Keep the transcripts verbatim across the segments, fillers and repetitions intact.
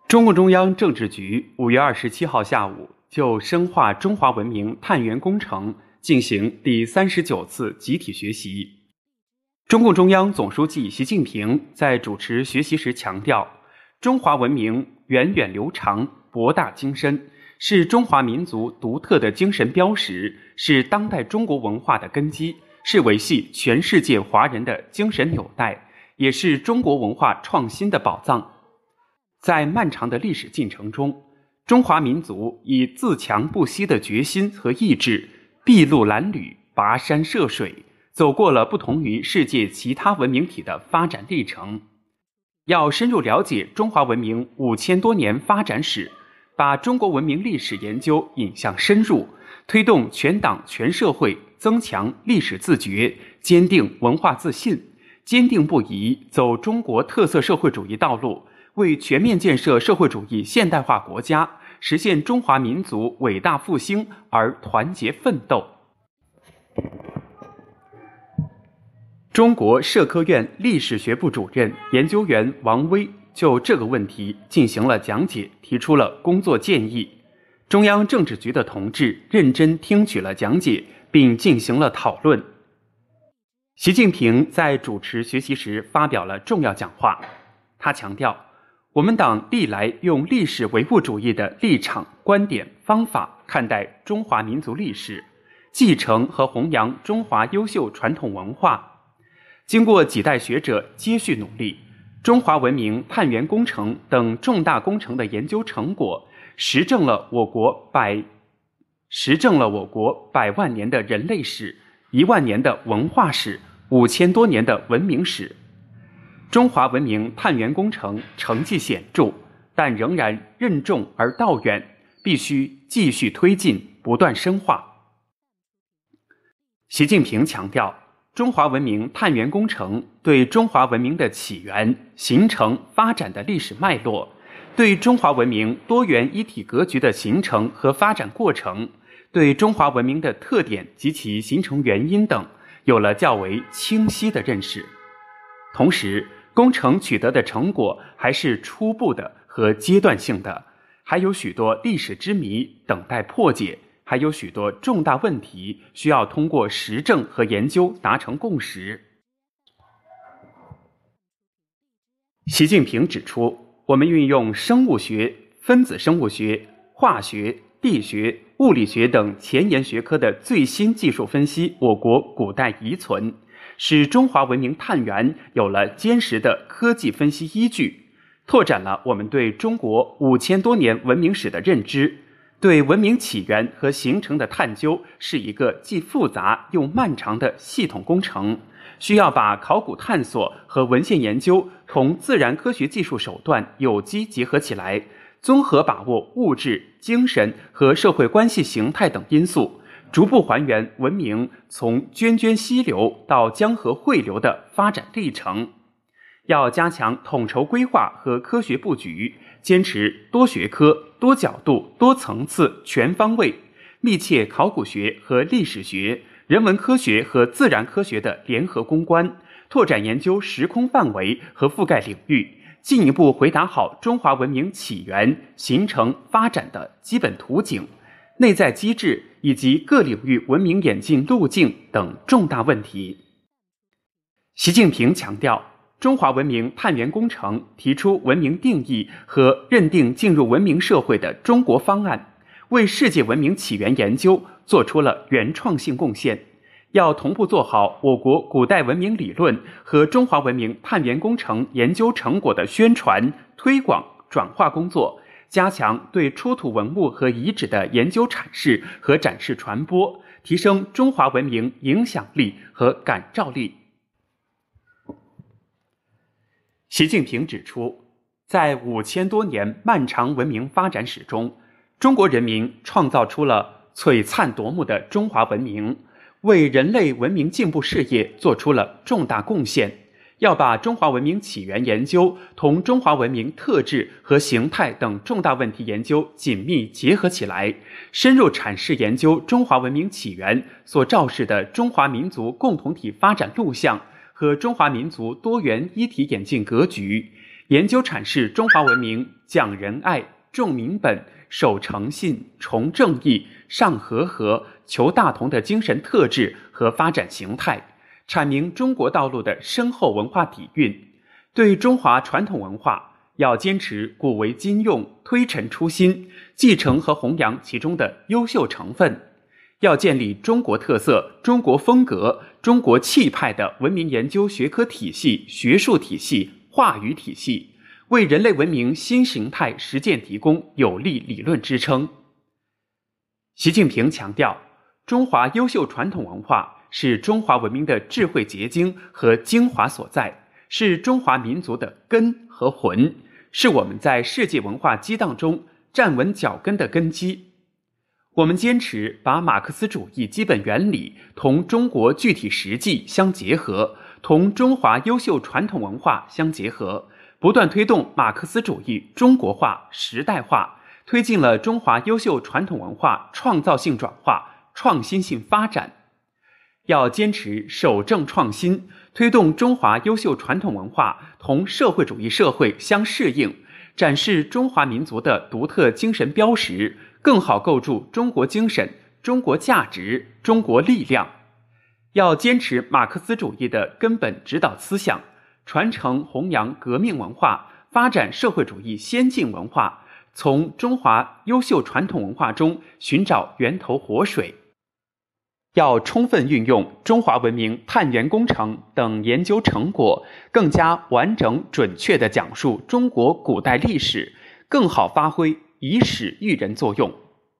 中共中央政治局五月二十七号下午就深化中华文明探源工程进行第三十九次集体学习。中共中央总书记习近平在主持学习时强调，中华文明源远流长、博大精深，是中华民族独特的精神标识，是当代中国文化的根基，是维系全世界华人的精神纽带，也是中国文化创新的宝藏。在漫长的历史进程中，中华民族以自强不息的决心和意志，筚路蓝缕、跋山涉水，走过了不同于世界其他文明体的发展历程。要深入了解中华文明五千多年发展史，把中国文明历史研究引向深入，推动全党全社会增强历史自觉，坚定文化自信，坚定不移走中国特色社会主义道路，为全面建设社会主义现代化国家，实现中华民族伟大复兴而团结奋斗。中国社科院历史学部主任研究员王威就这个问题进行了讲解，提出了工作建议。中央政治局的同志认真听取了讲解，并进行了讨论。习近平在主持学习时发表了重要讲话，他强调，我们党历来用历史唯物主义的立场、观点、方法看待中华民族历史，继承和弘扬中华优秀传统文化。经过几代学者接续努力，中华文明探源工程等重大工程的研究成果，实证了我国百实证了我国百万年的人类史、一万年的文化史、五千多年的文明史。中华文明探源工程成绩显著，但仍然任重而道远，必须继续推进，不断深化。习近平强调，中华文明探源工程对中华文明的起源、形成、发展的历史脉络，对中华文明多元一体格局的形成和发展过程，对中华文明的特点及其形成原因等，有了较为清晰的认识。同时，工程取得的成果还是初步的和阶段性的，还有许多历史之谜等待破解，还有许多重大问题需要通过实证和研究达成共识。习近平指出，我们运用生物学、分子生物学、化学、地学、物理学等前沿学科的最新技术分析我国古代遗存，使中华文明探源有了坚实的科技分析依据，拓展了我们对中国五千多年文明史的认知。对文明起源和形成的探究是一个既复杂又漫长的系统工程，需要把考古探索和文献研究同自然科学技术手段有机结合起来，综合把握物质、精神和社会关系形态等因素，逐步还原文明从涓涓溪流到江河汇流的发展历程。要加强统筹规划和科学布局，坚持多学科、多角度、多层次、全方位，密切考古学和历史学、人文科学和自然科学的联合攻关，拓展研究时空范围和覆盖领域，进一步回答好中华文明起源、形成、发展的基本图景、内在机制以及各领域文明演进路径等重大问题。习近平强调，中华文明探源工程提出文明定义和认定进入文明社会的中国方案，为世界文明起源研究做出了原创性贡献。要同步做好我国古代文明理论和中华文明探源工程研究成果的宣传、推广、转化工作，加强对出土文物和遗址的研究阐释和展示传播，提升中华文明影响力和感召力。习近平指出，在五千多年漫长文明发展史中，中国人民创造出了璀璨夺目的中华文明，为人类文明进步事业做出了重大贡献。要把中华文明起源研究同中华文明特质和形态等重大问题研究紧密结合起来，深入阐释研究中华文明起源所昭示的中华民族共同体发展路向和中华民族多元一体演进格局， 研究阐释中华文明讲仁爱、重民本、守诚信、崇正义、尚和合、求大同的精神特质和发展形态，阐明中国道路的深厚文化底蕴。对中华传统文化，要坚持古为今用，推陈出新，继承和弘扬其中的优秀成分。要建立中国特色、中国风格、中国气派的文明研究学科体系、学术体系、话语体系，为人类文明新形态实践提供有力理论支撑。习近平强调，中华优秀传统文化是中华文明的智慧结晶和精华所在，是中华民族的根和魂，是我们在世界文化激荡中站稳脚跟的根基。我们坚持把马克思主义基本原理同中国具体实际相结合，同中华优秀传统文化相结合，不断推动马克思主义中国化、时代化，推进了中华优秀传统文化创造性转化、创新性发展。要坚持守正创新，推动中华优秀传统文化同社会主义社会相适应，展示中华民族的独特精神标识，更好构筑中国精神、中国价值、中国力量。要坚持马克思主义的根本指导思想，传承弘扬革命文化，发展社会主义先进文化，从中华优秀传统文化中寻找源头活水。要充分运用中华文明探源工程等研究成果，更加完整准确地讲述中国古代历史，更好发挥以史育人作用。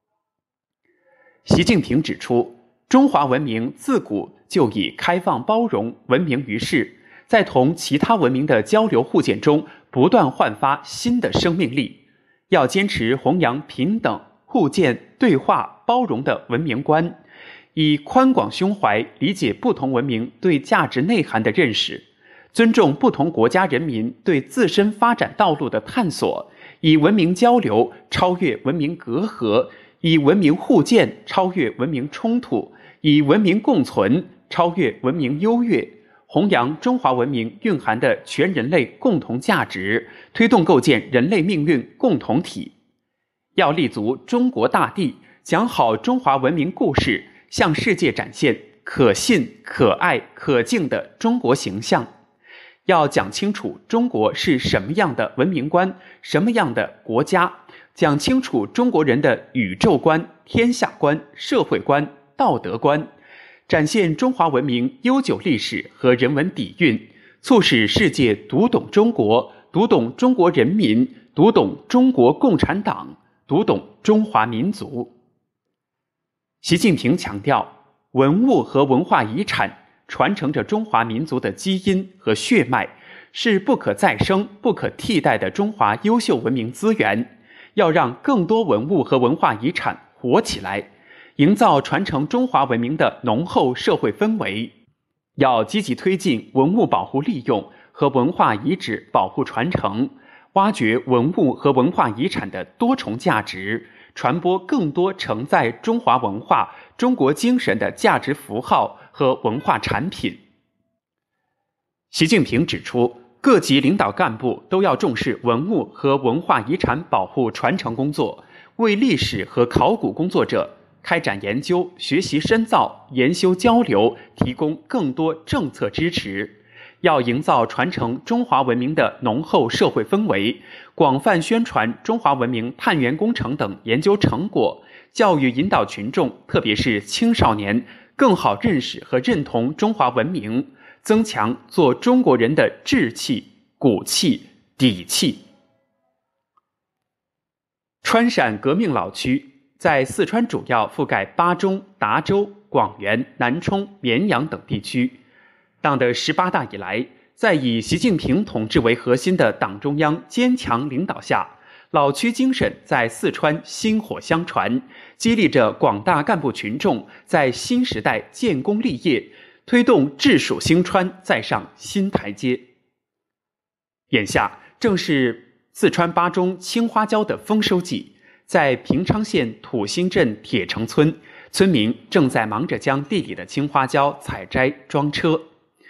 习近平指出，中华文明自古就以开放包容闻名于世，在同其他文明的交流互鉴中不断焕发新的生命力。要坚持弘扬平等、互鉴、对话、包容的文明观，以宽广胸怀理解不同文明对价值内涵的认识，尊重不同国家人民对自身发展道路的探索，以文明交流超越文明隔阂，以文明互鉴超越文明冲突，以文明共存超越文明优越，弘扬中华文明蕴含的全人类共同价值，推动构建人类命运共同体。要立足中国大地，讲好中华文明故事，向世界展现可信、可爱、可敬的中国形象。要讲清楚中国是什么样的文明观，什么样的国家，讲清楚中国人的宇宙观、天下观、社会观、道德观，展现中华文明悠久历史和人文底蕴，促使世界读懂中国，读懂中国人民，读懂中国共产党，读懂中华民族。习近平强调，文物和文化遗产传承着中华民族的基因和血脉，是不可再生、不可替代的中华优秀文明资源。要让更多文物和文化遗产活起来，营造传承中华文明的浓厚社会氛围。要积极推进文物保护利用和文化遗址保护传承，挖掘文物和文化遗产的多重价值，传播更多承载中华文化、中国精神的价值符号和文化产品。习近平指出，各级领导干部都要重视文物和文化遗产保护传承工作，为历史和考古工作者开展研究、学习深造、研修交流提供更多政策支持。要营造传承中华文明的浓厚社会氛围，广泛宣传中华文明探源工程等研究成果，教育引导群众，特别是青少年，更好认识和认同中华文明，增强做中国人的志气、骨气、底气。川陕革命老区在四川主要覆盖巴中、达州、广元、南充、绵阳等地区。党的十八大以来，在以习近平同志为核心的党中央坚强领导下，老区精神在四川薪火相传，激励着广大干部群众在新时代建功立业，推动治蜀兴川再上新台阶。眼下正是四川巴中青花椒的丰收季，在平昌县土新镇铁城村，村民正在忙着将地里的青花椒采摘装车。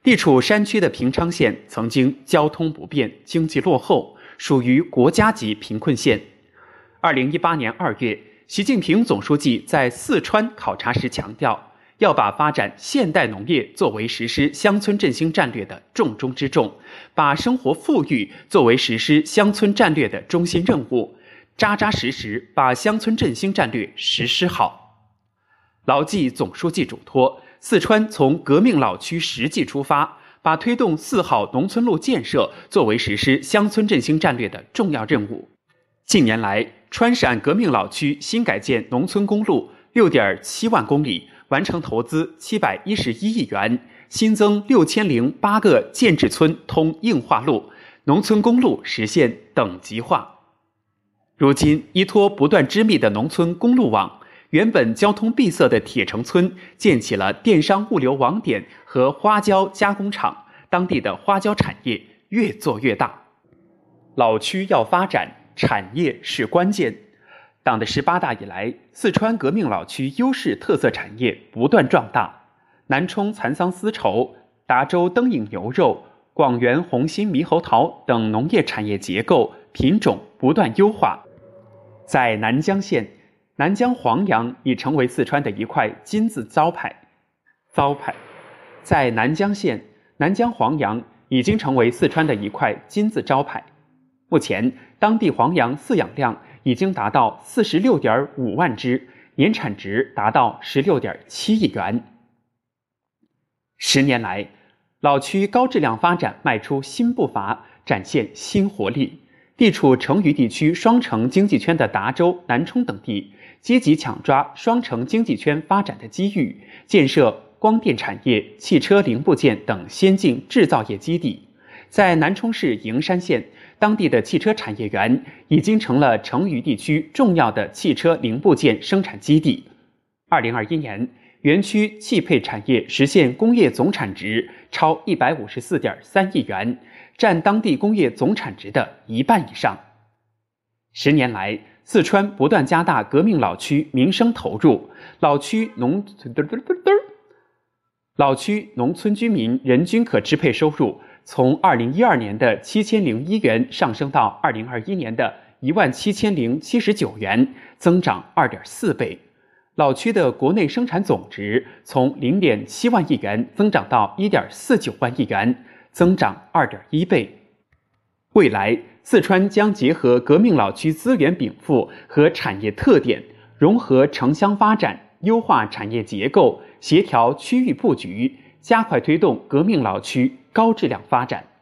地处山区的平昌县曾经交通不便、经济落后，属于国家级贫困县。二零一八年二月，习近平总书记在四川考察时强调，要把发展现代农业作为实施乡村振兴战略的重中之重，把生活富裕作为实施乡村战略的中心任务，扎扎实实把乡村振兴战略实施好。牢记总书记嘱托，四川从革命老区实际出发，把推动四号农村路建设作为实施乡村振兴战略的重要任务。近年来，川陕革命老区新改建农村公路 六点七万公里，完成投资七百一十一亿元，新增六千零八个建制村通硬化路，农村公路实现等级化。如今，依托不断织密的农村公路网，原本交通闭塞的铁城村建起了电商物流网点和花椒加工厂，当地的花椒产业越做越大。老区要发展，产业是关键。党的十八大以来，四川革命老区优势特色产业不断壮大，南充蚕桑丝绸、达州灯影牛肉、广元红心猕猴桃等农业产业结构品种不断优化。在南江县，南江黄杨已成为四川的一块金字招牌。招牌，在南江县，南江黄杨已经成为四川的一块金字招牌。目前，当地黄杨饲养量已经达到 四十六点五万只，年产值达到 十六点七亿元。十年来，老区高质量发展迈出新步伐，展现新活力。地处成渝地区双城经济圈的达州、南充等地，积极抢抓双城经济圈发展的机遇，建设光电产业、汽车零部件等先进制造业基地。在南充市营山县，当地的汽车产业园已经成了成渝地区重要的汽车零部件生产基地。二零二一年，园区汽配产业实现工业总产值超 一百五十四点三亿元，占当地工业总产值的一半以上。十年来，四川不断加大革命老区民生投入，老区农老区农村居民人均可支配收入从二零一二年的七千零一元上升到二零二一年的一万七千零七十九元，增长二点四倍。老区的国内生产总值从零点七万亿元增长到一点四九万亿元，增长二点一倍。未来，四川将结合革命老区资源禀赋和产业特点，融合城乡发展，优化产业结构，协调区域布局，加快推动革命老区高质量发展。